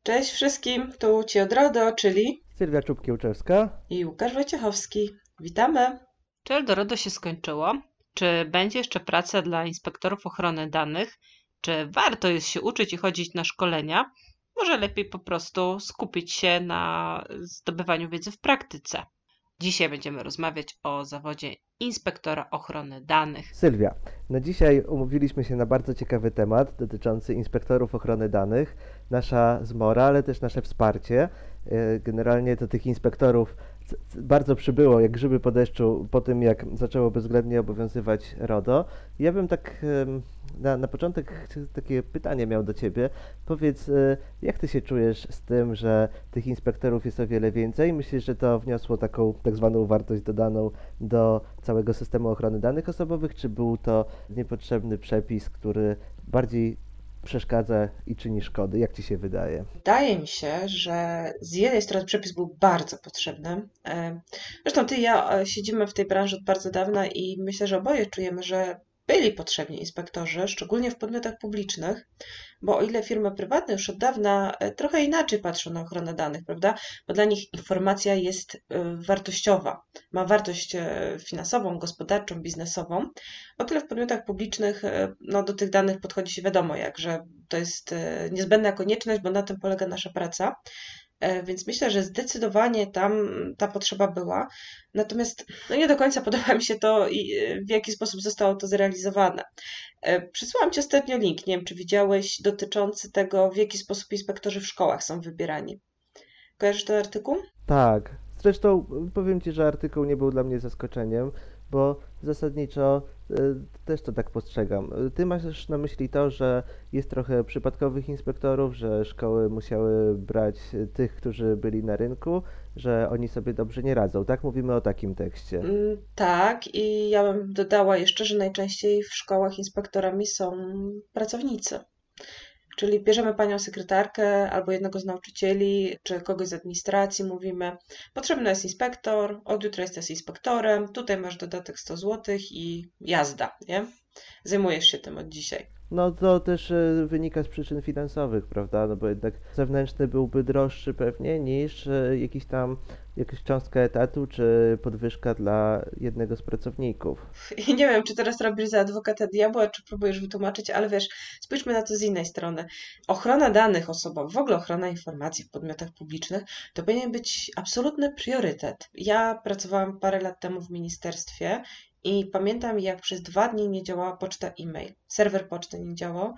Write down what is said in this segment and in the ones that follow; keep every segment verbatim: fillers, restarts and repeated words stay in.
Cześć wszystkim, tu Ci od RODO, czyli Sylwia Czubkiełczewska. i Łukasz Wojciechowski. Witamy! Czy Eldorado się skończyło? Czy będzie jeszcze praca dla inspektorów ochrony danych? Czy warto jest się uczyć i chodzić na szkolenia? Może lepiej po prostu skupić się na zdobywaniu wiedzy w praktyce? Dzisiaj będziemy rozmawiać o zawodzie inspektora ochrony danych. Sylwia, na dzisiaj umówiliśmy się na bardzo ciekawy temat dotyczący inspektorów ochrony danych. Nasza zmora, ale też nasze wsparcie. Generalnie to tych inspektorów bardzo przybyło, jak grzyby po deszczu, po tym jak zaczęło bezwzględnie obowiązywać RODO. Ja bym tak na, na początek takie pytanie miał do Ciebie. Powiedz, jak Ty się czujesz z tym, że tych inspektorów jest o wiele więcej? Myślisz, że to wniosło taką tak zwaną wartość dodaną do całego systemu ochrony danych osobowych, czy był to niepotrzebny przepis, który bardziej przeszkadza i czyni szkody? Jak Ci się wydaje? Wydaje mi się, że z jednej strony przepis był bardzo potrzebny. Zresztą Ty i ja siedzimy w tej branży od bardzo dawna i myślę, że oboje czujemy, że byli potrzebni inspektorzy, szczególnie w podmiotach publicznych, bo o ile firmy prywatne już od dawna trochę inaczej patrzą na ochronę danych, prawda? Bo dla nich informacja jest wartościowa, ma wartość finansową, gospodarczą, biznesową. O tyle w podmiotach publicznych no, do tych danych podchodzi się wiadomo jak, że to jest niezbędna konieczność, bo na tym polega nasza praca. Więc myślę, że zdecydowanie tam ta potrzeba była. Natomiast no nie do końca podoba mi się to, w jaki sposób zostało to zrealizowane. Przysłałam Ci ostatnio link, nie wiem, czy widziałeś, dotyczący tego, w jaki sposób inspektorzy w szkołach są wybierani. Kojarzysz ten artykuł? Tak. Zresztą powiem Ci, że artykuł nie był dla mnie zaskoczeniem, bo zasadniczo y, też to tak postrzegam. Ty masz na myśli to, że jest trochę przypadkowych inspektorów, że szkoły musiały brać tych, którzy byli na rynku, że oni sobie dobrze nie radzą. Tak? Mówimy o takim tekście. Mm, tak, i ja bym dodała jeszcze, że najczęściej w szkołach inspektorami są pracownicy. Czyli bierzemy panią sekretarkę albo jednego z nauczycieli, czy kogoś z administracji, mówimy, potrzebny jest inspektor, od jutra jesteś inspektorem, tutaj masz dodatek sto złotych i jazda, nie? Zajmujesz się tym od dzisiaj. No to też y, wynika z przyczyn finansowych, prawda? No bo jednak zewnętrzny byłby droższy pewnie niż y, jakiś tam, jakaś cząstka etatu czy podwyżka dla jednego z pracowników. I nie wiem, czy teraz robisz za adwokata diabła, czy próbujesz wytłumaczyć, ale wiesz, spójrzmy na to z innej strony. Ochrona danych osobowych, w ogóle ochrona informacji w podmiotach publicznych, to powinien być absolutny priorytet. Ja pracowałam parę lat temu w ministerstwie i pamiętam, jak przez dwa dni nie działała poczta e-mail, serwer poczty nie działał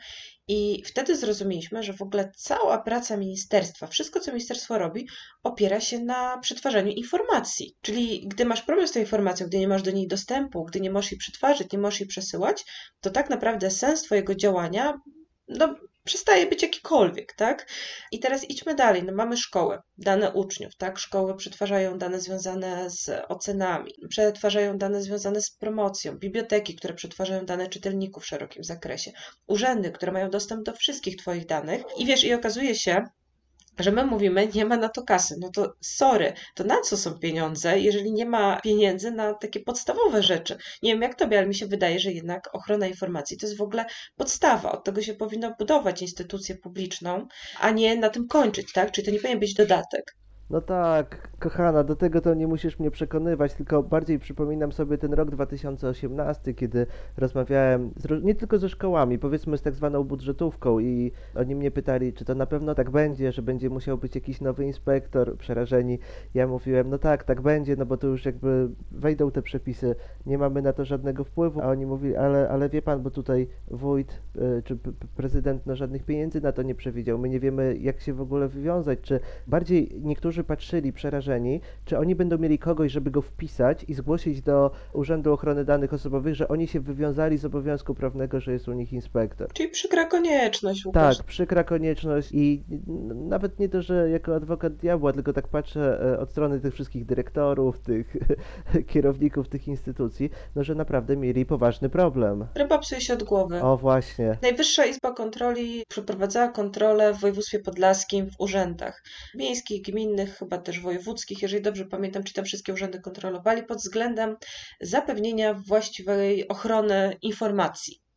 i wtedy zrozumieliśmy, że w ogóle cała praca ministerstwa, wszystko co ministerstwo robi, opiera się na przetwarzaniu informacji. Czyli gdy masz problem z tą informacją, gdy nie masz do niej dostępu, gdy nie możesz jej przetwarzać, nie możesz jej przesyłać, to tak naprawdę sens twojego działania no, przestaje być jakikolwiek, tak? I teraz idźmy dalej. No, mamy szkoły, dane uczniów, tak? Szkoły przetwarzają dane związane z ocenami, przetwarzają dane związane z promocją, biblioteki, które przetwarzają dane czytelników w szerokim zakresie, urzędy, które mają dostęp do wszystkich twoich danych i wiesz, i okazuje się, że my mówimy, nie ma na to kasy. No to sorry, to na co są pieniądze, jeżeli nie ma pieniędzy na takie podstawowe rzeczy? Nie wiem jak tobie, ale mi się wydaje, że jednak ochrona informacji to jest w ogóle podstawa. Od tego się powinno budować instytucję publiczną, a nie na tym kończyć, tak? Czyli to nie powinien być dodatek. No tak, kochana, do tego to nie musisz mnie przekonywać, tylko bardziej przypominam sobie ten rok dwa tysiące osiemnasty, kiedy rozmawiałem z, nie tylko ze szkołami, powiedzmy z tak zwaną budżetówką i oni mnie pytali, czy to na pewno tak będzie, że będzie musiał być jakiś nowy inspektor, przerażeni. Ja mówiłem, no tak, tak będzie, no bo to już jakby wejdą te przepisy, nie mamy na to żadnego wpływu, a oni mówili, ale, ale wie pan, bo tutaj wójt y, czy p- prezydent no żadnych pieniędzy na to nie przewidział, my nie wiemy jak się w ogóle wywiązać, czy bardziej niektórzy patrzyli przerażeni, czy oni będą mieli kogoś, żeby go wpisać i zgłosić do Urzędu Ochrony Danych Osobowych, że oni się wywiązali z obowiązku prawnego, że jest u nich inspektor. Czyli przykra konieczność, Łukasz. Tak, przykra konieczność i n- nawet nie to, że jako adwokat diabła, tylko tak patrzę e, od strony tych wszystkich dyrektorów, tych kierowników tych instytucji, no że naprawdę mieli poważny problem. Ryba psuje się od głowy. O właśnie. Najwyższa Izba Kontroli przeprowadzała kontrolę w województwie podlaskim w urzędach miejskich, gminnych, chyba też wojewódzkich, jeżeli dobrze pamiętam, czy tam wszystkie urzędy kontrolowali pod względem zapewnienia właściwej ochrony informacji.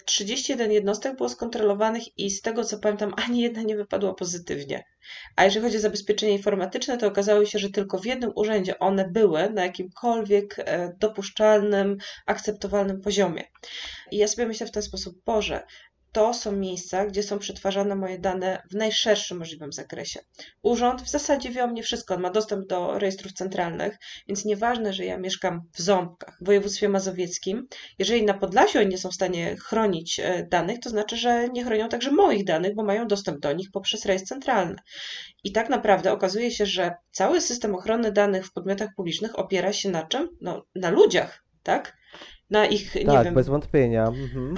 trzydzieści jeden jednostek było skontrolowanych i z tego co pamiętam ani jedna nie wypadła pozytywnie. A jeżeli chodzi o zabezpieczenie informatyczne, to okazało się, że tylko w jednym urzędzie one były na jakimkolwiek dopuszczalnym, akceptowalnym poziomie. I ja sobie myślę w ten sposób, Boże, to są miejsca, gdzie są przetwarzane moje dane w najszerszym możliwym zakresie. Urząd w zasadzie wie o mnie wszystko, on ma dostęp do rejestrów centralnych, więc nieważne, że ja mieszkam w Ząbkach, w województwie mazowieckim, jeżeli na Podlasiu oni nie są w stanie chronić danych, to znaczy, że nie chronią także moich danych, bo mają dostęp do nich poprzez rejestr centralny. I tak naprawdę okazuje się, że cały system ochrony danych w podmiotach publicznych opiera się na czym? No, na ludziach, tak? Na ich, nie tak, wiem... bez wątpienia. Mhm.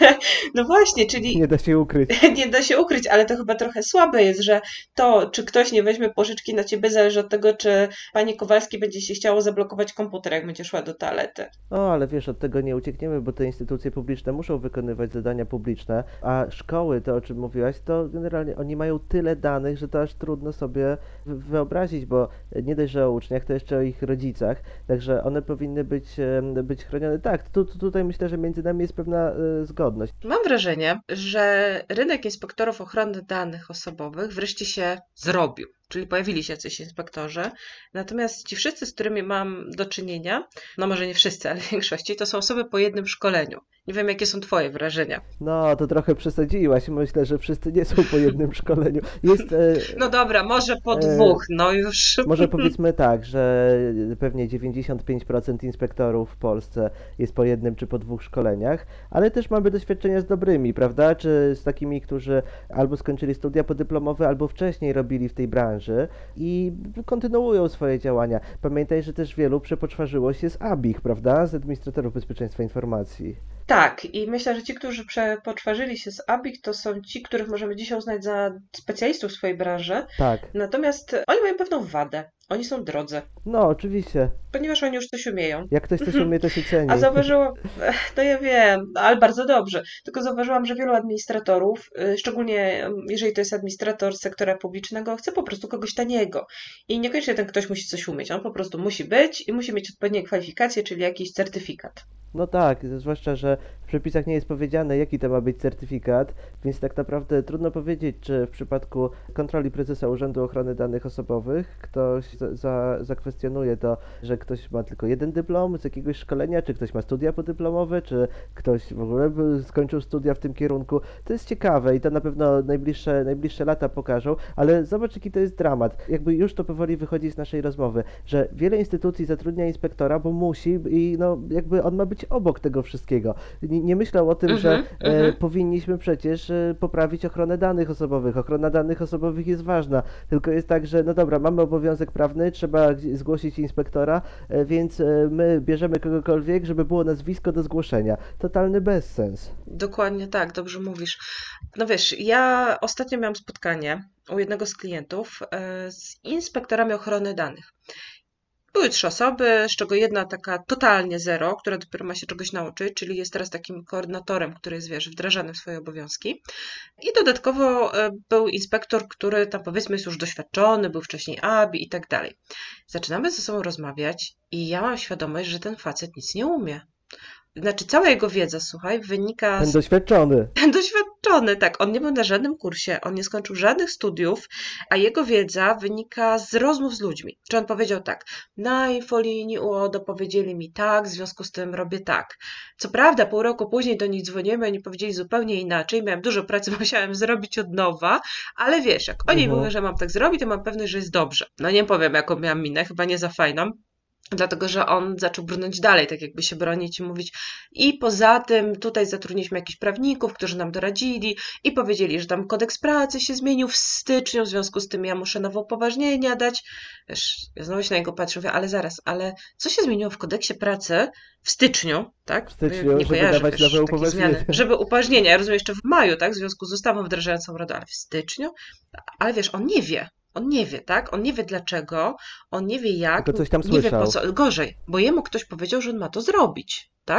No właśnie, czyli... Nie da się ukryć. Nie da się ukryć, ale to chyba trochę słabe jest, że to, czy ktoś nie weźmie pożyczki na ciebie, zależy od tego, czy pani Kowalskiej będzie się chciało zablokować komputer, jak będzie szła do toalety. No, ale wiesz, od tego nie uciekniemy, bo te instytucje publiczne muszą wykonywać zadania publiczne, a szkoły, to o czym mówiłaś, to generalnie oni mają tyle danych, że to aż trudno sobie wyobrazić, bo nie dość, że o uczniach, to jeszcze o ich rodzicach, także one powinny być, być chronione. Tak, tu, tu, tutaj myślę, że między nami jest pewna y, zgodność. Mam wrażenie, że rynek inspektorów ochrony danych osobowych wreszcie się zrobił. Czyli pojawili się jacyś inspektorzy, natomiast ci wszyscy, z którymi mam do czynienia, no może nie wszyscy, ale w większości, to są osoby po jednym szkoleniu. Nie wiem, jakie są twoje wrażenia. No, to trochę przesadziłaś. Myślę, że wszyscy nie są po jednym szkoleniu. Jest, e, no dobra, może po dwóch, no już. Może powiedzmy tak, że pewnie dziewięćdziesiąt pięć procent inspektorów w Polsce jest po jednym czy po dwóch szkoleniach, ale też mamy doświadczenia z dobrymi, prawda? Czy z takimi, którzy albo skończyli studia podyplomowe, albo wcześniej robili w tej branży i kontynuują swoje działania. Pamiętaj, że też wielu przepoczwarzyło się z A B I H, prawda? Z Administratorów Bezpieczeństwa Informacji. Tak, i myślę, że ci, którzy przepoczwarzyli się z A B I H, to są ci, których możemy dzisiaj uznać za specjalistów w swojej branży. Tak. Natomiast oni mają pewną wadę. Oni są drodzy. No, oczywiście. Ponieważ oni już coś umieją. Jak ktoś coś umie, to się ceni. A zauważyłam, no ja wiem, ale bardzo dobrze, tylko zauważyłam, że wielu administratorów, szczególnie jeżeli to jest administrator sektora publicznego, chce po prostu kogoś taniego. I niekoniecznie ten ktoś musi coś umieć, on po prostu musi być i musi mieć odpowiednie kwalifikacje, czyli jakiś certyfikat. No tak, zwłaszcza, że w przepisach nie jest powiedziane, jaki to ma być certyfikat, więc tak naprawdę trudno powiedzieć, czy w przypadku kontroli prezesa Urzędu Ochrony Danych Osobowych ktoś za, za, zakwestionuje to, że ktoś ma tylko jeden dyplom z jakiegoś szkolenia, czy ktoś ma studia podyplomowe, czy ktoś w ogóle skończył studia w tym kierunku. To jest ciekawe i to na pewno najbliższe, najbliższe lata pokażą, ale zobacz, jaki to jest dramat. Jakby już to powoli wychodzi z naszej rozmowy, że wiele instytucji zatrudnia inspektora, bo musi i no jakby on ma być obok tego wszystkiego. Nie, nie myślał o tym, mm-hmm, że e, mm-hmm. powinniśmy przecież e, poprawić ochronę danych osobowych. Ochrona danych osobowych jest ważna, tylko jest tak, że no dobra, mamy obowiązek prawny, trzeba zgłosić inspektora, e, więc e, my bierzemy kogokolwiek, żeby było nazwisko do zgłoszenia. Totalny bezsens. Dokładnie tak, dobrze mówisz. No wiesz, ja ostatnio miałam spotkanie u jednego z klientów e, z inspektorami ochrony danych. Były trzy osoby, z czego jedna taka totalnie zero, która dopiero ma się czegoś nauczyć, czyli jest teraz takim koordynatorem, który jest, wiesz, wdrażany w swoje obowiązki. I dodatkowo był inspektor, który tam powiedzmy jest już doświadczony, był wcześniej A B I i tak dalej. Zaczynamy ze sobą rozmawiać i ja mam świadomość, że ten facet nic nie umie. Znaczy cała jego wiedza, słuchaj, wynika... Ten doświadczony. Ten doświadczony, tak. On nie był na żadnym kursie, on nie skończył żadnych studiów, a jego wiedza wynika z rozmów z ludźmi. Czy on powiedział tak, na infolinii U O D O powiedzieli mi tak, w związku z tym robię tak. Co prawda pół roku później do nich dzwoniłem, oni powiedzieli zupełnie inaczej, miałem dużo pracy, musiałem zrobić od nowa, ale wiesz, jak oni mhm. mówią, że mam tak zrobić, to mam pewność, że jest dobrze. No nie powiem, jaką miałam minę, chyba nie za fajną. Dlatego, że on zaczął brnąć dalej, tak jakby się bronić i mówić i poza tym tutaj zatrudniliśmy jakichś prawników, którzy nam doradzili i powiedzieli, że tam kodeks pracy się zmienił w styczniu, w związku z tym ja muszę nowe upoważnienia dać. Wiesz, ja znowu się na niego patrzę, mówię, ale zaraz, ale co się zmieniło w kodeksie pracy w styczniu, tak? W styczniu, nie żeby kojarzę, dawać wiesz, nowe upoważnienia. Zmiany, żeby upoważnienia, ja rozumiem jeszcze w maju, tak, w związku z ustawą wdrażającą RODO, ale w styczniu? Ale wiesz, on nie wie. On nie wie, tak? On nie wie dlaczego, on nie wie jak, tylko coś tam nie słyszał. Wie po co. Gorzej, bo jemu ktoś powiedział, że on ma to zrobić, tak?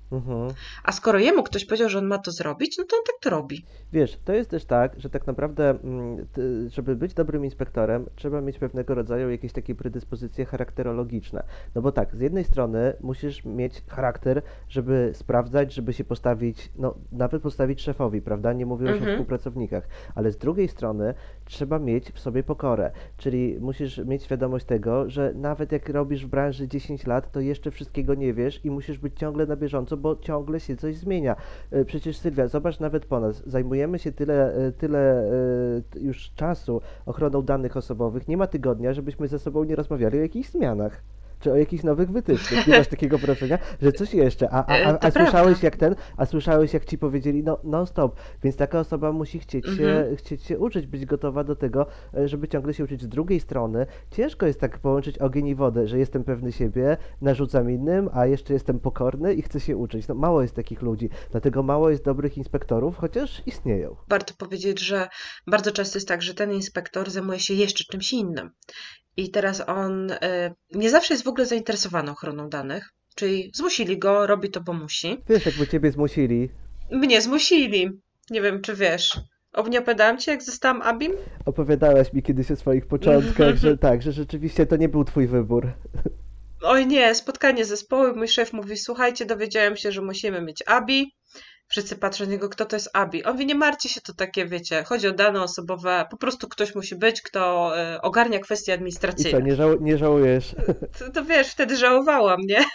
Mhm. A skoro jemu ktoś powiedział, że on ma to zrobić, no to on tak to robi. Wiesz, to jest też tak, że tak naprawdę, mm, ty- żeby być dobrym inspektorem, trzeba mieć pewnego rodzaju jakieś takie predyspozycje charakterologiczne. No bo tak, z jednej strony musisz mieć charakter, żeby sprawdzać, żeby się postawić, no nawet postawić szefowi, prawda? Nie mówię już o Mhm. współpracownikach, ale z drugiej strony trzeba mieć w sobie pokorę, czyli musisz mieć świadomość tego, że nawet jak robisz w branży dziesięć lat, to jeszcze wszystkiego nie wiesz i musisz być ciągle na bieżąco, bo ciągle się coś zmienia. E, Przecież Sylwia, zobacz nawet po nas, zajmujemy się tyle, e, tyle e, t- już czasu ochroną danych osobowych, nie ma tygodnia, żebyśmy ze sobą nie rozmawiali o jakichś zmianach. Czy o jakichś nowych wytycznych. Nie masz takiego wrażenia, że coś jeszcze. A, a, E, a, To a słyszałeś prawda. jak ten, a słyszałeś jak ci powiedzieli, no non stop. Więc taka osoba musi chcieć się, Mhm. chcieć się uczyć, być gotowa do tego, e, żeby ciągle się uczyć. Z drugiej strony ciężko jest tak połączyć ogień i wodę, że jestem pewny siebie, narzucam innym, a jeszcze jestem pokorny i chcę się uczyć. No mało jest takich ludzi, dlatego mało jest dobrych inspektorów, chociaż istnieją. Warto powiedzieć, że bardzo często jest tak, że ten inspektor zajmuje się jeszcze czymś innym. I teraz on y, nie zawsze jest w ogóle zainteresowany ochroną danych, czyli zmusili go, robi to, bo musi. Wiesz, jakby ciebie zmusili. Mnie zmusili. Nie wiem, czy wiesz. O, nie opowiadałam ci, jak zostałam abim? Opowiadałaś mi kiedyś o swoich początkach, że tak, że rzeczywiście to nie był twój wybór. Oj nie, spotkanie zespołu. Mój szef mówi, słuchajcie, dowiedziałem się, że musimy mieć abi. Wszyscy patrzą na niego, kto to jest abi. On mówi, nie martwcie się, to takie, wiecie, chodzi o dane osobowe, po prostu ktoś musi być, kto y, ogarnia kwestie I co, administracyjne. nie, żał nie żałujesz? To, to wiesz, wtedy żałowałam, nie?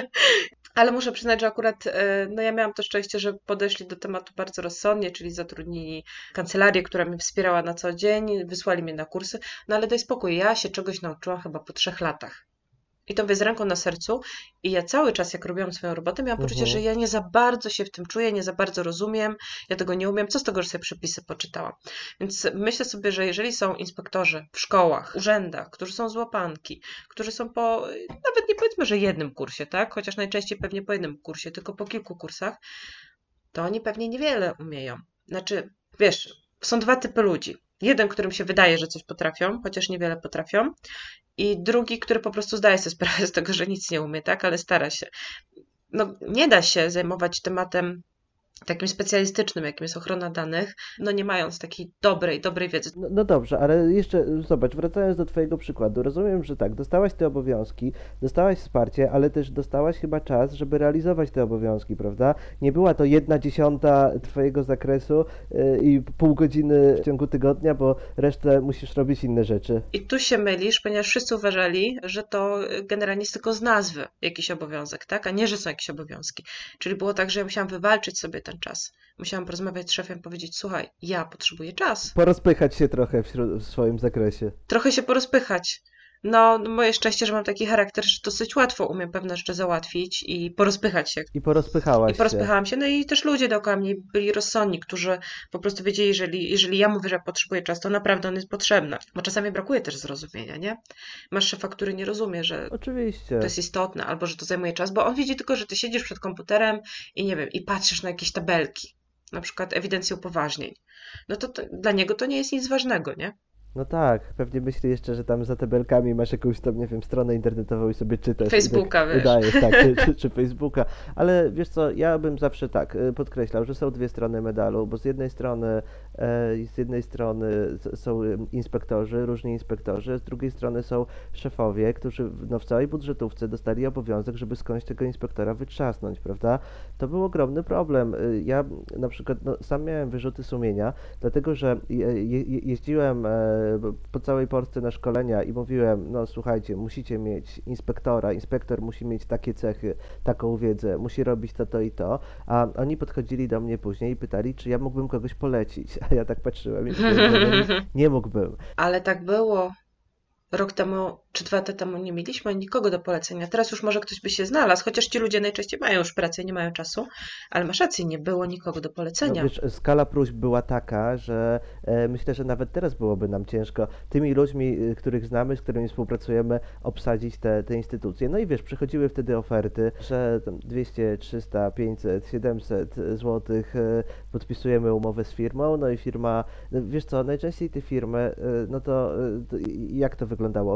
Ale muszę przyznać, że akurat y, no ja miałam to szczęście, że podeszli do tematu bardzo rozsądnie, czyli zatrudnili kancelarię, która mnie wspierała na co dzień, wysłali mnie na kursy, no ale daj spokój, ja się czegoś nauczyłam chyba po trzech latach. I to mówię z ręką na sercu. I ja cały czas, jak robiłam swoją robotę, miałam poczucie, że Mhm. ja nie za bardzo się w tym czuję, nie za bardzo rozumiem, ja tego nie umiem. Co z tego, że sobie przepisy poczytałam? Więc myślę sobie, że jeżeli są inspektorzy w szkołach, urzędach, którzy są z łapanki, którzy są po, nawet nie powiedzmy, że jednym kursie, tak? Chociaż najczęściej pewnie po jednym kursie, tylko po kilku kursach, to oni pewnie niewiele umieją. Znaczy, wiesz, są dwa typy ludzi. Jeden, którym się wydaje, że coś potrafią, chociaż niewiele potrafią, i drugi, który po prostu zdaje sobie sprawę z tego, że nic nie umie, tak, ale stara się. No, nie da się zajmować tematem takim specjalistycznym, jakim jest ochrona danych, no nie mając takiej dobrej, dobrej wiedzy. No, no dobrze, ale jeszcze zobacz, wracając do twojego przykładu, rozumiem, że tak, dostałaś te obowiązki, dostałaś wsparcie, ale też dostałaś chyba czas, żeby realizować te obowiązki, prawda? Nie była to jedna dziesiąta twojego zakresu yy, i pół godziny w ciągu tygodnia, bo resztę musisz robić inne rzeczy. I tu się mylisz, ponieważ wszyscy uważali, że to generalnie jest tylko z nazwy jakiś obowiązek, tak? A nie, że są jakieś obowiązki. Czyli było tak, że ja musiałam wywalczyć sobie ten czas. Musiałam porozmawiać z szefem, powiedzieć, słuchaj, ja potrzebuję czas. Porozpychać się trochę w, środ- w swoim zakresie. Trochę się porozpychać. No, no, moje szczęście, że mam taki charakter, że dosyć łatwo umiem pewne rzeczy załatwić i porozpychać się. I I porozpychałaś się. porozpychałam się, no i też ludzie dookoła mnie byli rozsądni, którzy po prostu wiedzieli, jeżeli, jeżeli ja mówię, że potrzebuję czasu, to naprawdę on jest potrzebny. Bo czasami brakuje też zrozumienia, nie? Masz szefa, który nie rozumie, że Oczywiście. to jest istotne, albo że to zajmuje czas, bo on widzi tylko, że ty siedzisz przed komputerem i nie wiem, i patrzysz na jakieś tabelki, na przykład ewidencję upoważnień. No to, to dla niego to nie jest nic ważnego, nie? No tak, pewnie myśli jeszcze, że tam za tabelkami masz jakąś tam, nie wiem, stronę internetową i sobie czytasz. i Facebooka, tak wiesz. udajesz, tak, czy, czy, czy Facebooka. Ale wiesz co, ja bym zawsze tak y, podkreślał, że są dwie strony medalu, bo z jednej strony, e, z jednej strony s- są y, inspektorzy, różni inspektorzy, z drugiej strony są szefowie, którzy w- no, w całej budżetówce dostali obowiązek, żeby skądś tego inspektora wytrzasnąć, prawda? To był ogromny problem. Y, Ja na przykład no, sam miałem wyrzuty sumienia, dlatego że je, je, jeździłem e, po całej Polsce na szkolenia i mówiłem, no słuchajcie, musicie mieć inspektora, inspektor musi mieć takie cechy, taką wiedzę, musi robić to, to i to, a oni podchodzili do mnie później i pytali, czy ja mógłbym kogoś polecić, a ja tak patrzyłem i mówiłem, że no, nie, nie mógłbym. Ale tak było. Rok temu czy dwa lata temu nie mieliśmy nikogo do polecenia. Teraz już może ktoś by się znalazł, chociaż ci ludzie najczęściej mają już pracę i nie mają czasu, ale masz rację, nie było nikogo do No polecenia. wiesz, skala próśb była taka, że e, myślę, że nawet teraz byłoby nam ciężko tymi ludźmi, y, których znamy, z którymi współpracujemy, obsadzić te, te instytucje. No i wiesz, przychodziły wtedy oferty, że tam dwieście, trzysta, pięćset, siedemset złotych e, podpisujemy umowę z firmą, no i firma, no wiesz co, najczęściej te firmy, e, no to, e, to jak to wyglądało? Oferowali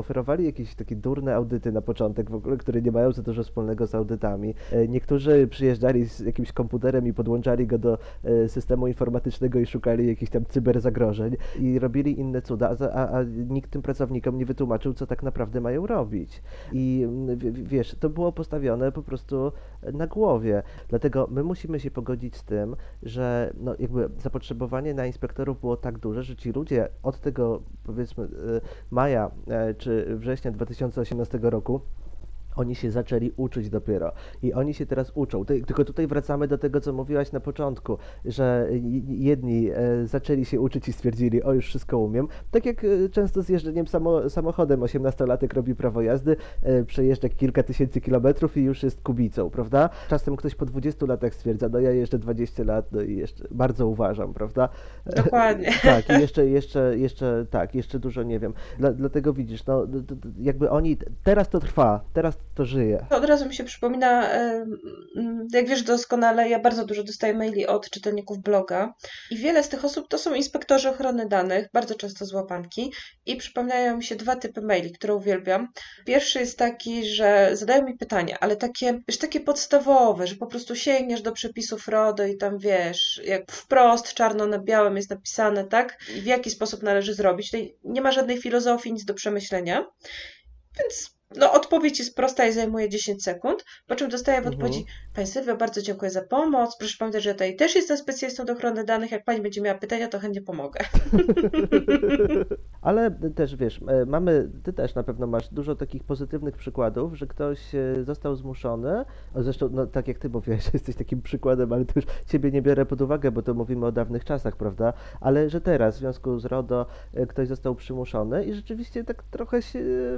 wymyślali jakieś takie durne audyty na początek, w ogóle, które nie mają za dużo wspólnego z audytami. Niektórzy przyjeżdżali z jakimś komputerem i podłączali go do systemu informatycznego i szukali jakichś tam cyberzagrożeń i robili inne cuda, a, a nikt tym pracownikom nie wytłumaczył, co tak naprawdę mają robić. I wiesz, to było postawione po prostu na głowie. Dlatego my musimy się pogodzić z tym, że no jakby zapotrzebowanie na inspektorów było tak duże, że ci ludzie od tego, powiedzmy, maja czy września dwa tysiące osiemnastego roku oni się zaczęli uczyć dopiero i oni się teraz uczą. Tylko tutaj wracamy do tego, co mówiłaś na początku, że jedni zaczęli się uczyć i stwierdzili, o już wszystko umiem. Tak jak często z jeżdżeniem samo, samochodem, osiemnastolatek robi prawo jazdy, przejeżdża kilka tysięcy kilometrów i już jest kubicą, prawda? Czasem ktoś po dwudziestu latach stwierdza, no ja jeżdżę dwadzieścia lat, no i jeszcze bardzo uważam, prawda? Dokładnie. Tak, i jeszcze, jeszcze, jeszcze, tak, jeszcze dużo nie wiem. Dla, dlatego widzisz, no jakby oni, teraz to trwa, teraz to żyje. Od razu mi się przypomina, jak wiesz doskonale, ja bardzo dużo dostaję maili od czytelników bloga i wiele z tych osób to są inspektorzy ochrony danych, bardzo często z łapanki i przypominają mi się dwa typy maili, które uwielbiam. Pierwszy jest taki, że zadają mi pytania, ale takie, wiesz, takie podstawowe, że po prostu sięgniesz do przepisów RODO i tam wiesz, jak wprost, czarno na białym jest napisane, tak? I w jaki sposób należy zrobić. Tutaj nie ma żadnej filozofii, nic do przemyślenia, więc no, odpowiedź jest prosta i zajmuje dziesięć sekund, po czym dostaję w odpowiedzi, mhm. Pani Sylwio, bardzo dziękuję za pomoc, proszę pamiętać, że ja tutaj też jestem specjalistą do ochrony danych, jak Pani będzie miała pytania, to chętnie pomogę. Ale też wiesz, mamy, ty też na pewno masz dużo takich pozytywnych przykładów, że ktoś został zmuszony, zresztą no, tak jak ty mówiłeś, jesteś takim przykładem, ale to już ciebie nie biorę pod uwagę, bo to mówimy o dawnych czasach, prawda, ale że teraz w związku z RODO ktoś został przymuszony i rzeczywiście tak trochę się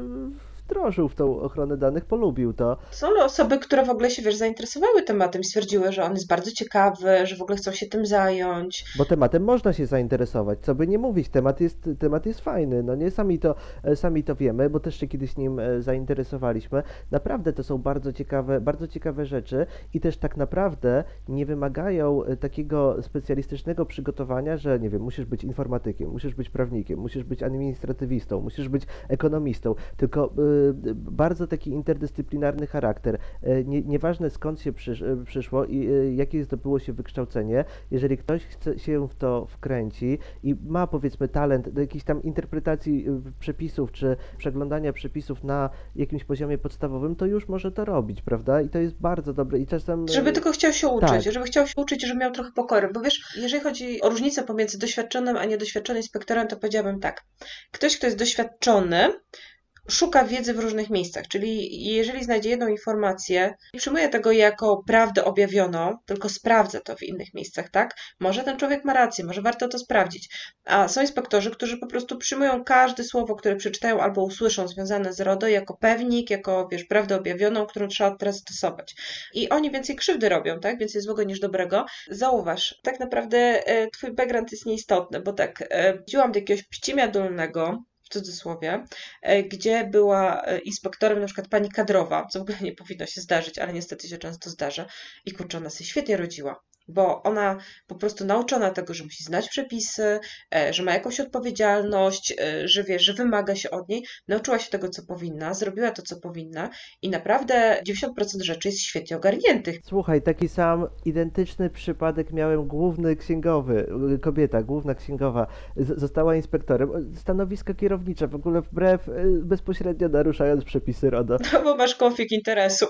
wdrożył w tą ochronę danych, polubił to. Są osoby, które w ogóle się, wiesz, zainteresowały tematem, stwierdziły, że on jest bardzo ciekawy, że w ogóle chcą się tym zająć. Bo tematem można się zainteresować, co by nie mówić, temat jest, temat jest fajny, no nie, sami to, sami to wiemy, bo też się kiedyś nim zainteresowaliśmy. Naprawdę to są bardzo ciekawe, bardzo ciekawe rzeczy i też tak naprawdę nie wymagają takiego specjalistycznego przygotowania, że nie wiem, musisz być informatykiem, musisz być prawnikiem, musisz być administratywistą, musisz być ekonomistą, tylko bardzo taki interdyscyplinarny charakter. Nie, nieważne skąd się przysz, przyszło i jakie zdobyło się wykształcenie, jeżeli ktoś chce się w to wkręci i ma powiedzmy talent do jakiejś tam interpretacji przepisów, czy przeglądania przepisów na jakimś poziomie podstawowym, to już może to robić, prawda? I to jest bardzo dobre i czasem... Żeby tylko chciał się uczyć, tak. żeby chciał się uczyć i żeby miał trochę pokory, bo wiesz, jeżeli chodzi o różnicę pomiędzy doświadczonym a niedoświadczonym inspektorem, to powiedziałabym tak. Ktoś, kto jest doświadczony, szuka wiedzy w różnych miejscach, czyli jeżeli znajdzie jedną informację, nie przyjmuje tego jako prawdę objawioną, tylko sprawdza to w innych miejscach, tak? Może ten człowiek ma rację, może warto to sprawdzić. A są inspektorzy, którzy po prostu przyjmują każde słowo, które przeczytają albo usłyszą związane z RODO jako pewnik, jako, wiesz, prawdę objawioną, którą trzeba teraz stosować. I oni więcej krzywdy robią, tak? Więcej złego niż dobrego. Zauważ, tak naprawdę e, twój background jest nieistotny, bo tak, e, chodziłam do jakiegoś Pcimia Dolnego, w cudzysłowie, gdzie była inspektorem na przykład pani kadrowa, co w ogóle nie powinno się zdarzyć, ale niestety się często zdarza. I kurczę, ona sobie świetnie rodziła, bo ona po prostu nauczona tego, że musi znać przepisy, że ma jakąś odpowiedzialność, że wie, że wymaga się od niej, nauczyła się tego, co powinna, zrobiła to, co powinna i naprawdę dziewięćdziesiąt procent rzeczy jest świetnie ogarniętych. Słuchaj, taki sam identyczny przypadek miałem główny księgowy, kobieta, główna księgowa, z- została inspektorem, stanowisko kierownicze, w ogóle wbrew, bezpośrednio naruszając przepisy RODO. No bo masz konflikt interesów.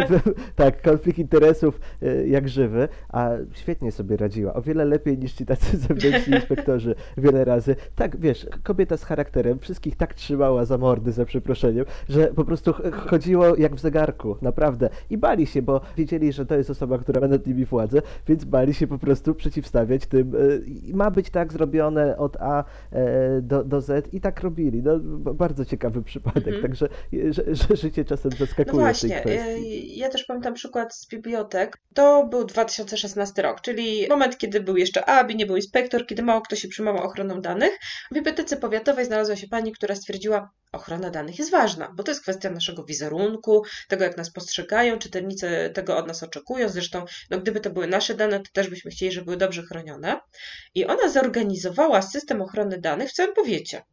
Tak, konflikt interesów jak żywy, a świetnie sobie radziła, o wiele lepiej niż ci tacy zewnętrzni inspektorzy wiele razy. Tak, wiesz, kobieta z charakterem, wszystkich tak trzymała za mordy, za przeproszeniem, że po prostu chodziło jak w zegarku, naprawdę. I bali się, bo wiedzieli, że to jest osoba, która ma nad nimi władzę, więc bali się po prostu przeciwstawiać tym. Ma być tak zrobione od A do, do Z i tak robili. No, bardzo ciekawy przypadek, mhm. Także że, że życie czasem zaskakuje. No właśnie, w tej kwestii. Ja też pamiętam przykład z bibliotek. To był dwa tysiące szesnasty rok, czyli moment, kiedy był jeszcze A B I, nie był inspektor, kiedy mało kto się przejmował ochroną danych. W Bibliotece Powiatowej znalazła się pani, która stwierdziła, ochrona danych jest ważna, bo to jest kwestia naszego wizerunku, tego jak nas postrzegają, czytelnicy tego od nas oczekują. Zresztą, no, gdyby to były nasze dane, to też byśmy chcieli, żeby były dobrze chronione. I ona zorganizowała system ochrony danych w całym powiecie.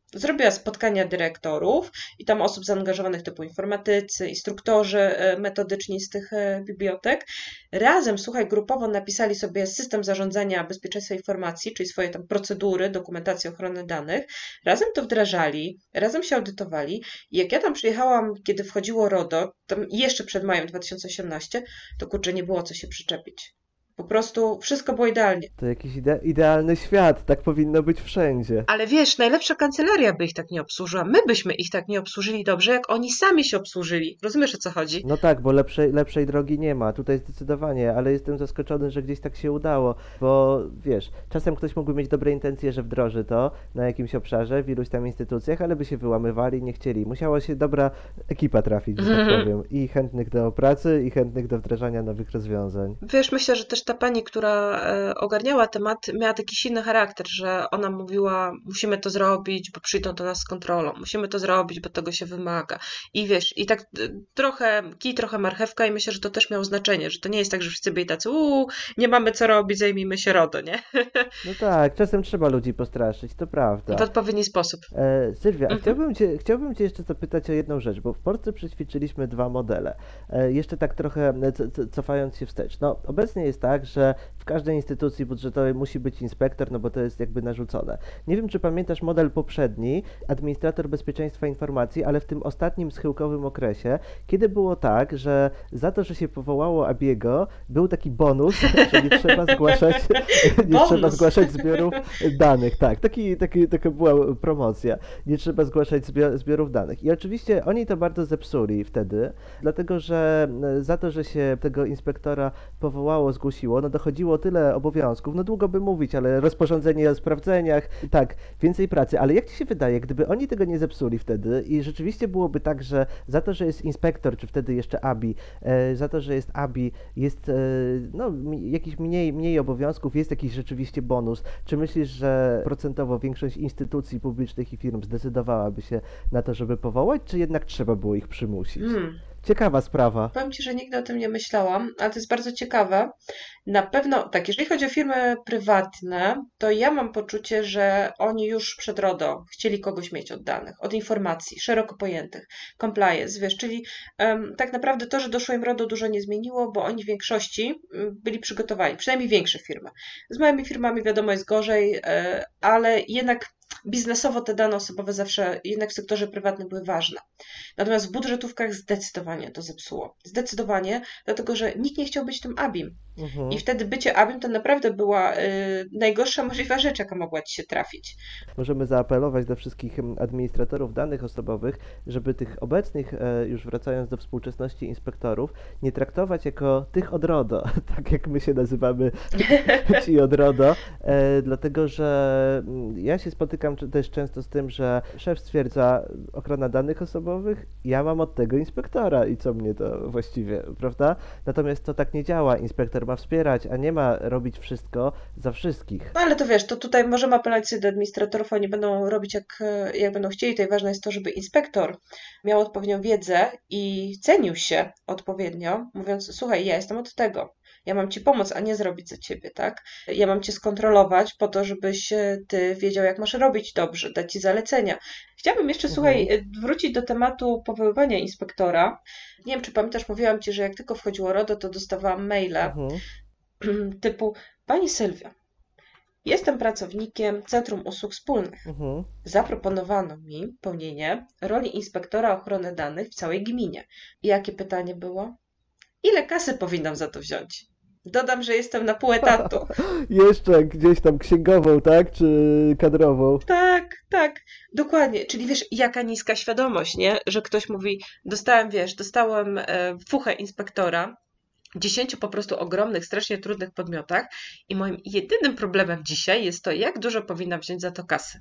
Zrobiła spotkania dyrektorów i tam osób zaangażowanych typu informatycy, instruktorzy e, metodyczni z tych e, bibliotek. Razem, słuchaj, grupowo napisali sobie system zarządzania bezpieczeństwa informacji, czyli swoje tam procedury, dokumentację ochrony danych. Razem to wdrażali, razem się audytowali. I jak ja tam przyjechałam, kiedy wchodziło RODO, tam jeszcze przed majem dwa tysiące osiemnastego, to kurczę, nie było co się przyczepić. Po prostu wszystko było idealnie. To jakiś ide idealny świat, tak powinno być wszędzie. Ale wiesz, najlepsza kancelaria by ich tak nie obsłużyła. My byśmy ich tak nie obsłużyli dobrze, jak oni sami się obsłużyli. Rozumiesz, o co chodzi? No tak, bo lepszej, lepszej drogi nie ma, tutaj zdecydowanie, ale jestem zaskoczony, że gdzieś tak się udało, bo wiesz, czasem ktoś mógłby mieć dobre intencje, że wdroży to na jakimś obszarze, w iluś tam instytucjach, ale by się wyłamywali, nie chcieli. Musiała się dobra ekipa trafić, że tak powiem, i chętnych do pracy, i chętnych do wdrażania nowych rozwiązań. Wiesz, myślę, że też ta pani, która e, ogarniała temat, miała taki silny charakter, że ona mówiła, musimy to zrobić, bo przyjdą do nas z kontrolą, musimy to zrobić, bo tego się wymaga. I wiesz, i tak e, trochę kij, trochę marchewka i myślę, że to też miało znaczenie, że to nie jest tak, że wszyscy byli tacy, uuu, nie mamy co robić, zajmijmy się RODO, nie? No tak, czasem trzeba ludzi postraszyć, to prawda. W odpowiedni sposób. E, Sylwia, a Mhm. chciałbym cię, chciałbym cię jeszcze zapytać o jedną rzecz, bo w Polsce przećwiczyliśmy dwa modele. E, jeszcze tak trochę e, co- co- cofając się wstecz. No, obecnie jest tak, że w każdej instytucji budżetowej musi być inspektor, no bo to jest jakby narzucone. Nie wiem, czy pamiętasz model poprzedni, administrator bezpieczeństwa informacji, ale w tym ostatnim schyłkowym okresie, kiedy było tak, że za to, że się powołało Abiego, był taki bonus, że nie trzeba zgłaszać, nie trzeba Bonus. zgłaszać zbiorów danych, tak, taki, taki, taka była promocja, nie trzeba zgłaszać zbio- zbiorów danych. I oczywiście oni to bardzo zepsuli wtedy, dlatego że e, za to, że się tego inspektora powołało, zgłosiło, no dochodziło tyle obowiązków, no długo by mówić, ale rozporządzenie o sprawdzeniach, tak, więcej pracy, ale jak ci się wydaje, gdyby oni tego nie zepsuli wtedy i rzeczywiście byłoby tak, że za to, że jest inspektor, czy wtedy jeszcze ABI, e, za to, że jest ABI, jest e, no, mi- jakiś mniej, mniej obowiązków, jest jakiś rzeczywiście bonus, czy myślisz, że procentowo większość instytucji publicznych i firm zdecydowałaby się na to, żeby powołać, czy jednak trzeba było ich przymusić? Hmm. Ciekawa sprawa. Powiem Ci, że nigdy o tym nie myślałam, ale to jest bardzo ciekawe. Na pewno, tak, jeżeli chodzi o firmy prywatne, to ja mam poczucie, że oni już przed RODO chcieli kogoś mieć od danych, od informacji szeroko pojętych, compliance, wiesz, czyli em, tak naprawdę to, że doszło im RODO dużo nie zmieniło, bo oni w większości mm, byli przygotowani, przynajmniej większe firmy. Z małymi firmami wiadomo jest gorzej, e, ale jednak biznesowo te dane osobowe zawsze jednak w sektorze prywatnym były ważne. Natomiast w budżetówkach zdecydowanie to zepsuło. Zdecydowanie, dlatego że nikt nie chciał być tym abim. Mhm. I wtedy bycie abim to naprawdę była y, najgorsza możliwa rzecz, jaka mogła ci się trafić. Możemy zaapelować do wszystkich em, administratorów danych osobowych, żeby tych obecnych, e, już wracając do współczesności inspektorów, nie traktować jako tych od RODO, tak jak my się nazywamy, ci od RODO, e, dlatego że mm, ja się spotykam czy- też często z tym, że szef stwierdza ochrona danych osobowych, ja mam od tego inspektora i co mnie to właściwie, prawda? Natomiast to tak nie działa, inspektor ma wspierać, a nie ma robić wszystko za wszystkich. No ale to wiesz, to tutaj możemy apelować sobie do administratorów, oni będą robić jak, jak będą chcieli. Tutaj ważne jest to, żeby inspektor miał odpowiednią wiedzę i cenił się odpowiednio, mówiąc, słuchaj, ja jestem od tego. Ja mam ci pomóc, a nie zrobić za ciebie, tak? Ja mam cię skontrolować po to, żebyś e, ty wiedział, jak masz robić dobrze, dać ci zalecenia. Chciałabym jeszcze, Mhm. słuchaj, e, wrócić do tematu powoływania inspektora. Nie wiem, czy pamiętasz, mówiłam ci, że jak tylko wchodziło RODO, to dostawałam maile Mhm. typu, Pani Sylwia, jestem pracownikiem Centrum Usług Wspólnych. Mhm. Zaproponowano mi pełnienie roli inspektora ochrony danych w całej gminie. I jakie pytanie było? Ile kasy powinnam za to wziąć? Dodam, że jestem na pół etatu. Jeszcze gdzieś tam księgową, tak? Czy kadrową? Tak, tak, dokładnie. Czyli wiesz, jaka niska świadomość, nie? Że ktoś mówi, dostałem, wiesz, dostałem e, fuchę inspektora w dziesięciu po prostu ogromnych, strasznie trudnych podmiotach i moim jedynym problemem dzisiaj jest to, jak dużo powinnam wziąć za to kasy.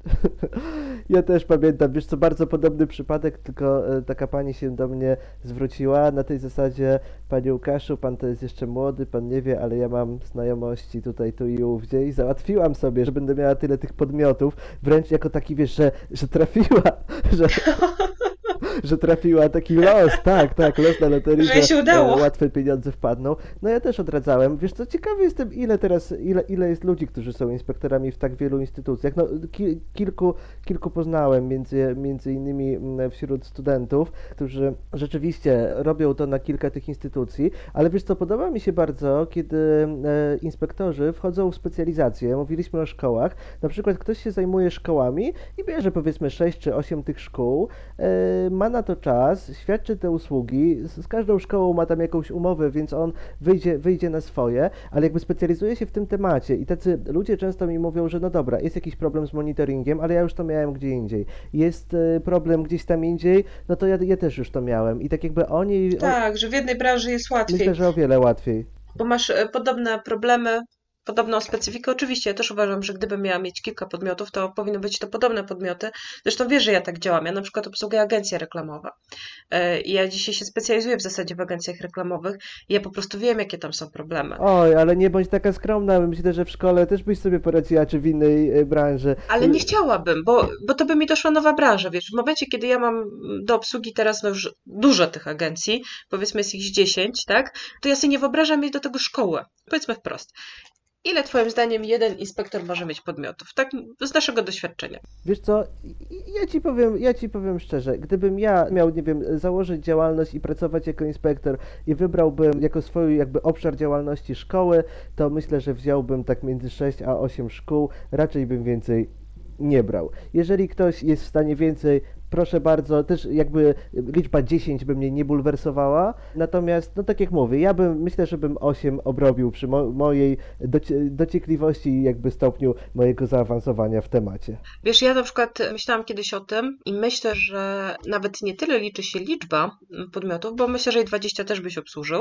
Ja też pamiętam, wiesz co, bardzo podobny przypadek, tylko e, taka pani się do mnie zwróciła na tej zasadzie, panie Łukaszu, pan to jest jeszcze młody, pan nie wie, ale ja mam znajomości tutaj tu i ówdzie i załatwiłam sobie, że będę miała tyle tych podmiotów, wręcz jako taki, wiesz, że, że trafiła, że, że trafiła taki los, tak, tak, los na loterii, Że się udało. Łatwe pieniądze wpadną. No ja też odradzałem. Wiesz co, ciekawy jestem, ile teraz, ile, ile jest ludzi, którzy są inspektorami w tak wielu instytucjach. No ki, kilku, kilku poznałem, między, między innymi wśród studentów, którzy rzeczywiście robią to na kilka tych instytucji, ale wiesz co, podoba mi się bardzo, kiedy e, inspektorzy wchodzą w specjalizację. Mówiliśmy o szkołach. Na przykład ktoś się zajmuje szkołami i bierze powiedzmy sześć czy osiem tych szkół, e, ma na to czas, świadczy te usługi, z, z każdą szkołą ma tam jakąś umowę, więc on wyjdzie, wyjdzie na swoje, ale jakby specjalizuje się w tym temacie i tacy ludzie często mi mówią, że no dobra, jest jakiś problem z monitoringiem, ale ja już to miałem gdzie indziej. Jest e, problem gdzieś tam indziej, no to ja, ja też już to miałem i tak jakby oni... Tak, o, że w jednej branży jest łatwiej. Myślę, że o wiele łatwiej. Bo masz e, podobne problemy, podobną specyfikę. Oczywiście, ja też uważam, że gdybym miała mieć kilka podmiotów, to powinny być to podobne podmioty. Zresztą wiesz, że ja tak działam. Ja na przykład obsługuję agencje reklamowe. I ja dzisiaj się specjalizuję w zasadzie w agencjach reklamowych i ja po prostu wiem, jakie tam są problemy. Oj, ale nie bądź taka skromna. Myślę, że w szkole też byś sobie poradziła, czy w innej branży. Ale nie chciałabym, bo, bo to by mi doszła nowa branża. Wiesz, w momencie, kiedy ja mam do obsługi teraz no już dużo tych agencji, powiedzmy jest ich dziesięć, tak, to ja sobie nie wyobrażam mieć do tego szkoły. Powiedzmy wprost. Ile twoim zdaniem jeden inspektor może mieć podmiotów? Tak z naszego doświadczenia. Wiesz co, ja ci powiem, ja ci powiem szczerze, gdybym ja miał, nie wiem, założyć działalność i pracować jako inspektor i wybrałbym jako swój jakby obszar działalności szkoły, to myślę, że wziąłbym tak między sześć a osiem szkół, raczej bym więcej nie brał. Jeżeli ktoś jest w stanie więcej, proszę bardzo, też jakby liczba dziesięć by mnie nie bulwersowała, natomiast, no tak jak mówię, ja bym, myślę, że bym osiem obrobił przy mo mojej doci dociekliwości i jakby stopniu mojego zaawansowania w temacie. Wiesz, ja na przykład myślałam kiedyś o tym i myślę, że nawet nie tyle liczy się liczba podmiotów, bo myślę, że i dwadzieścia też byś obsłużył,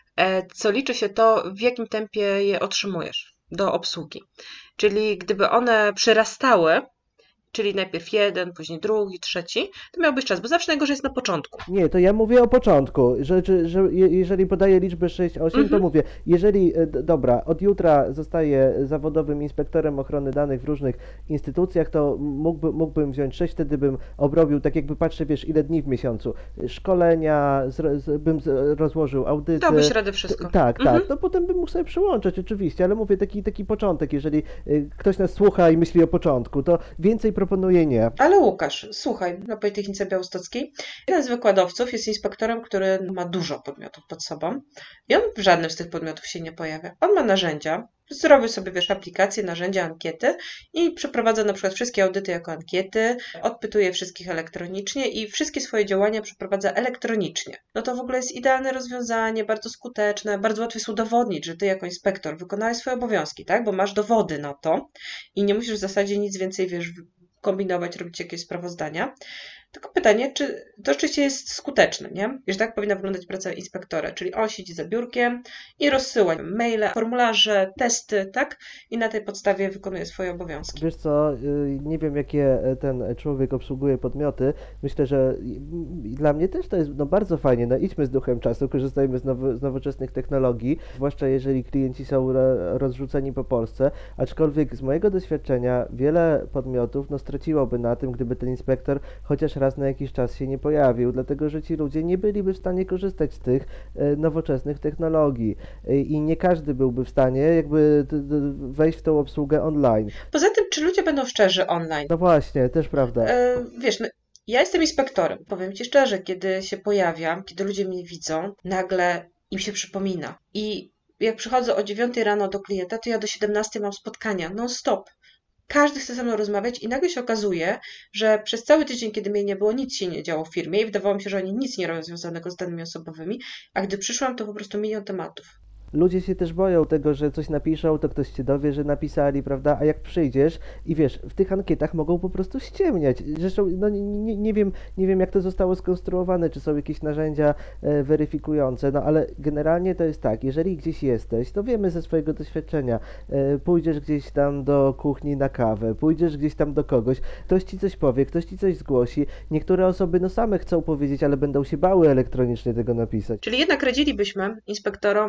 co liczy się to, w jakim tempie je otrzymujesz do obsługi. Czyli gdyby one przyrastały, czyli najpierw jeden, później drugi, trzeci, to miałbyś czas, bo zawsze najgorzej jest na początku. Nie, to ja mówię o początku, że, że, że jeżeli podaję liczbę sześć, osiem, mm-hmm. to mówię, jeżeli, dobra, od jutra zostaję zawodowym inspektorem ochrony danych w różnych instytucjach, to mógłby, mógłbym wziąć sześć, wtedy bym obrobił, tak jakby patrzę, wiesz, ile dni w miesiącu, szkolenia, z, z, bym z, rozłożył audyty. Dałbyś radę wszystko. Tak, mm-hmm. tak, no potem bym mógł sobie przyłączać oczywiście, ale mówię taki, taki początek, jeżeli ktoś nas słucha i myśli o początku, to więcej proponuję nie. Ale Łukasz, słuchaj, na Politechnice Białostockiej jeden z wykładowców jest inspektorem, który ma dużo podmiotów pod sobą i on w żadnym z tych podmiotów się nie pojawia. On ma narzędzia, zrobił sobie, wiesz, aplikacje, narzędzia, ankiety i przeprowadza na przykład wszystkie audyty jako ankiety, odpytuje wszystkich elektronicznie i wszystkie swoje działania przeprowadza elektronicznie. No to w ogóle jest idealne rozwiązanie, bardzo skuteczne, bardzo łatwo jest udowodnić, że ty jako inspektor wykonałeś swoje obowiązki, tak? Bo masz dowody na to i nie musisz w zasadzie nic więcej, wiesz, kombinować, robić jakieś sprawozdania. Tylko pytanie, czy to rzeczywiście jest skuteczne, nie? I że tak powinna wyglądać praca inspektora, czyli on siedzi za biurkiem i rozsyła maile, formularze, testy, tak? I na tej podstawie wykonuje swoje obowiązki. Wiesz co, nie wiem jakie ten człowiek obsługuje podmioty. Myślę, że dla mnie też to jest no, bardzo fajnie. No idźmy z duchem czasu, korzystajmy z, now z nowoczesnych technologii, zwłaszcza jeżeli klienci są rozrzuceni po Polsce, aczkolwiek z mojego doświadczenia wiele podmiotów no, straciłoby na tym, gdyby ten inspektor chociaż raz na jakiś czas się nie pojawił, dlatego że ci ludzie nie byliby w stanie korzystać z tych e, nowoczesnych technologii e, i nie każdy byłby w stanie jakby d, d, wejść w tą obsługę online. Poza tym, czy ludzie będą szczerzy online? No właśnie, też prawda. E, wiesz, no, ja jestem inspektorem, powiem ci szczerze, kiedy się pojawiam, kiedy ludzie mnie widzą, nagle im się przypomina i jak przychodzę o dziewiątej rano do klienta, to ja do siedemnastej mam spotkania non stop. Każdy chce ze mną rozmawiać i nagle się okazuje, że przez cały tydzień, kiedy mnie nie było, nic się nie działo w firmie i wydawało mi się, że oni nic nie robią związanego z danymi osobowymi, a gdy przyszłam, to po prostu milion tematów. Ludzie się też boją tego, że coś napiszą, to ktoś się dowie, że napisali, prawda? A jak przyjdziesz i wiesz, w tych ankietach mogą po prostu ściemniać. Zresztą no, nie, nie, wiem, nie wiem, jak to zostało skonstruowane, czy są jakieś narzędzia e, weryfikujące, no ale generalnie to jest tak, jeżeli gdzieś jesteś, to wiemy ze swojego doświadczenia, e, pójdziesz gdzieś tam do kuchni na kawę, pójdziesz gdzieś tam do kogoś, ktoś ci coś powie, ktoś ci coś zgłosi, niektóre osoby no same chcą powiedzieć, ale będą się bały elektronicznie tego napisać. Czyli jednak radzilibyśmy inspektorom, żeby się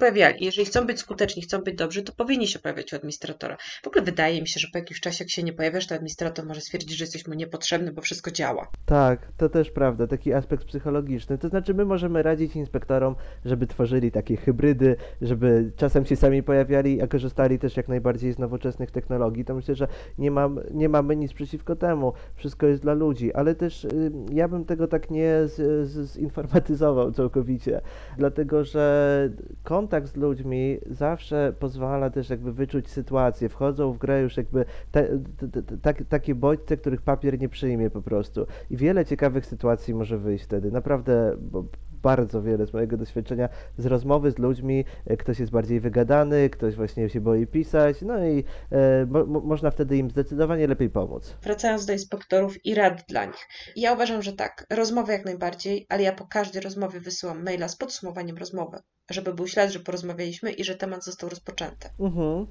pojawiali. Jeżeli chcą być skuteczni, chcą być dobrzy, to powinni się pojawiać u administratora. W ogóle wydaje mi się, że po jakimś czasie, jak się nie pojawiasz, to administrator może stwierdzić, że jesteś mu niepotrzebny, bo wszystko działa. Tak, to też prawda, taki aspekt psychologiczny. To znaczy my możemy radzić inspektorom, żeby tworzyli takie hybrydy, żeby czasem się sami pojawiali, a korzystali też jak najbardziej z nowoczesnych technologii. To myślę, że nie, mam, nie mamy nic przeciwko temu. Wszystko jest dla ludzi, ale też y, ja bym tego tak nie z, z, zinformatyzował całkowicie, dlatego że kontakt z ludźmi zawsze pozwala też jakby wyczuć sytuację. Wchodzą w grę już jakby te, te, te, te, takie bodźce, których papier nie przyjmie po prostu. I wiele ciekawych sytuacji może wyjść wtedy. Naprawdę, bo bardzo wiele z mojego doświadczenia z rozmowy z ludźmi, ktoś jest bardziej wygadany, ktoś właśnie się boi pisać, no i e, mo, można wtedy im zdecydowanie lepiej pomóc. Wracając do inspektorów i rad dla nich. Ja uważam, że tak, rozmowy jak najbardziej, ale ja po każdej rozmowie wysyłam maila z podsumowaniem rozmowy, żeby był ślad, że porozmawialiśmy i że temat został rozpoczęty. Mhm.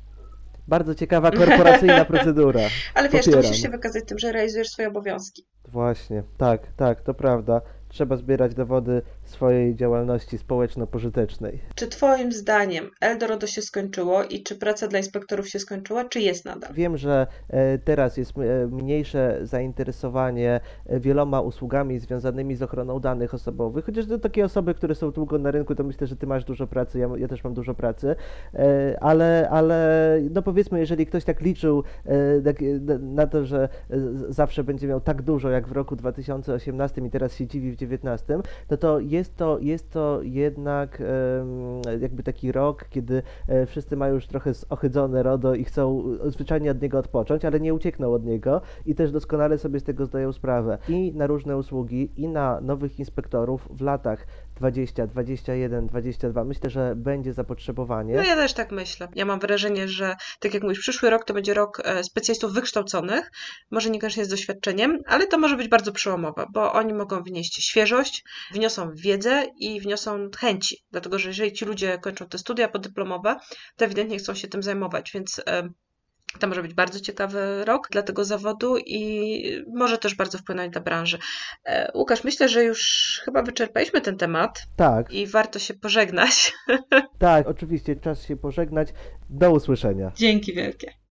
Bardzo ciekawa korporacyjna procedura. Ale wiesz, Popieram. to musisz się wykazać tym, że realizujesz swoje obowiązki. Właśnie, tak, tak, to prawda. Trzeba zbierać dowody swojej działalności społeczno-pożytecznej. Czy twoim zdaniem Eldorado się skończyło i czy praca dla inspektorów się skończyła, czy jest nadal? Wiem, że e, teraz jest e, mniejsze zainteresowanie e, wieloma usługami związanymi z ochroną danych osobowych, chociaż to takie osoby, które są długo na rynku, to myślę, że ty masz dużo pracy, ja, ja też mam dużo pracy, e, ale, ale no powiedzmy, jeżeli ktoś tak liczył e, tak, na, na to, że e, zawsze będzie miał tak dużo jak w roku dwa tysiące osiemnastym i teraz się dziwi w dziewiętnastym, no to jest to, jest to jednak e, jakby taki rok, kiedy e, wszyscy mają już trochę zohydzone RODO i chcą zwyczajnie od niego odpocząć, ale nie uciekną od niego i też doskonale sobie z tego zdają sprawę. I na różne usługi, i na nowych inspektorów w latach dwudziestym, dwudziestym pierwszym, dwudziestym drugim myślę, że będzie zapotrzebowanie. No ja też tak myślę. Ja mam wrażenie, że tak jak mówisz, przyszły rok to będzie rok specjalistów wykształconych, może niekoniecznie z doświadczeniem, ale to może być bardzo przełomowe, bo oni mogą wnieść świeżość, wniosą wiedzę i wniosą chęci, dlatego że jeżeli ci ludzie kończą te studia podyplomowe, to ewidentnie chcą się tym zajmować, więc to może być bardzo ciekawy rok dla tego zawodu i może też bardzo wpłynąć na branżę. Łukasz, myślę, że już chyba wyczerpaliśmy ten temat. Tak. I warto się pożegnać. Tak, oczywiście, czas się pożegnać. Do usłyszenia. Dzięki wielkie.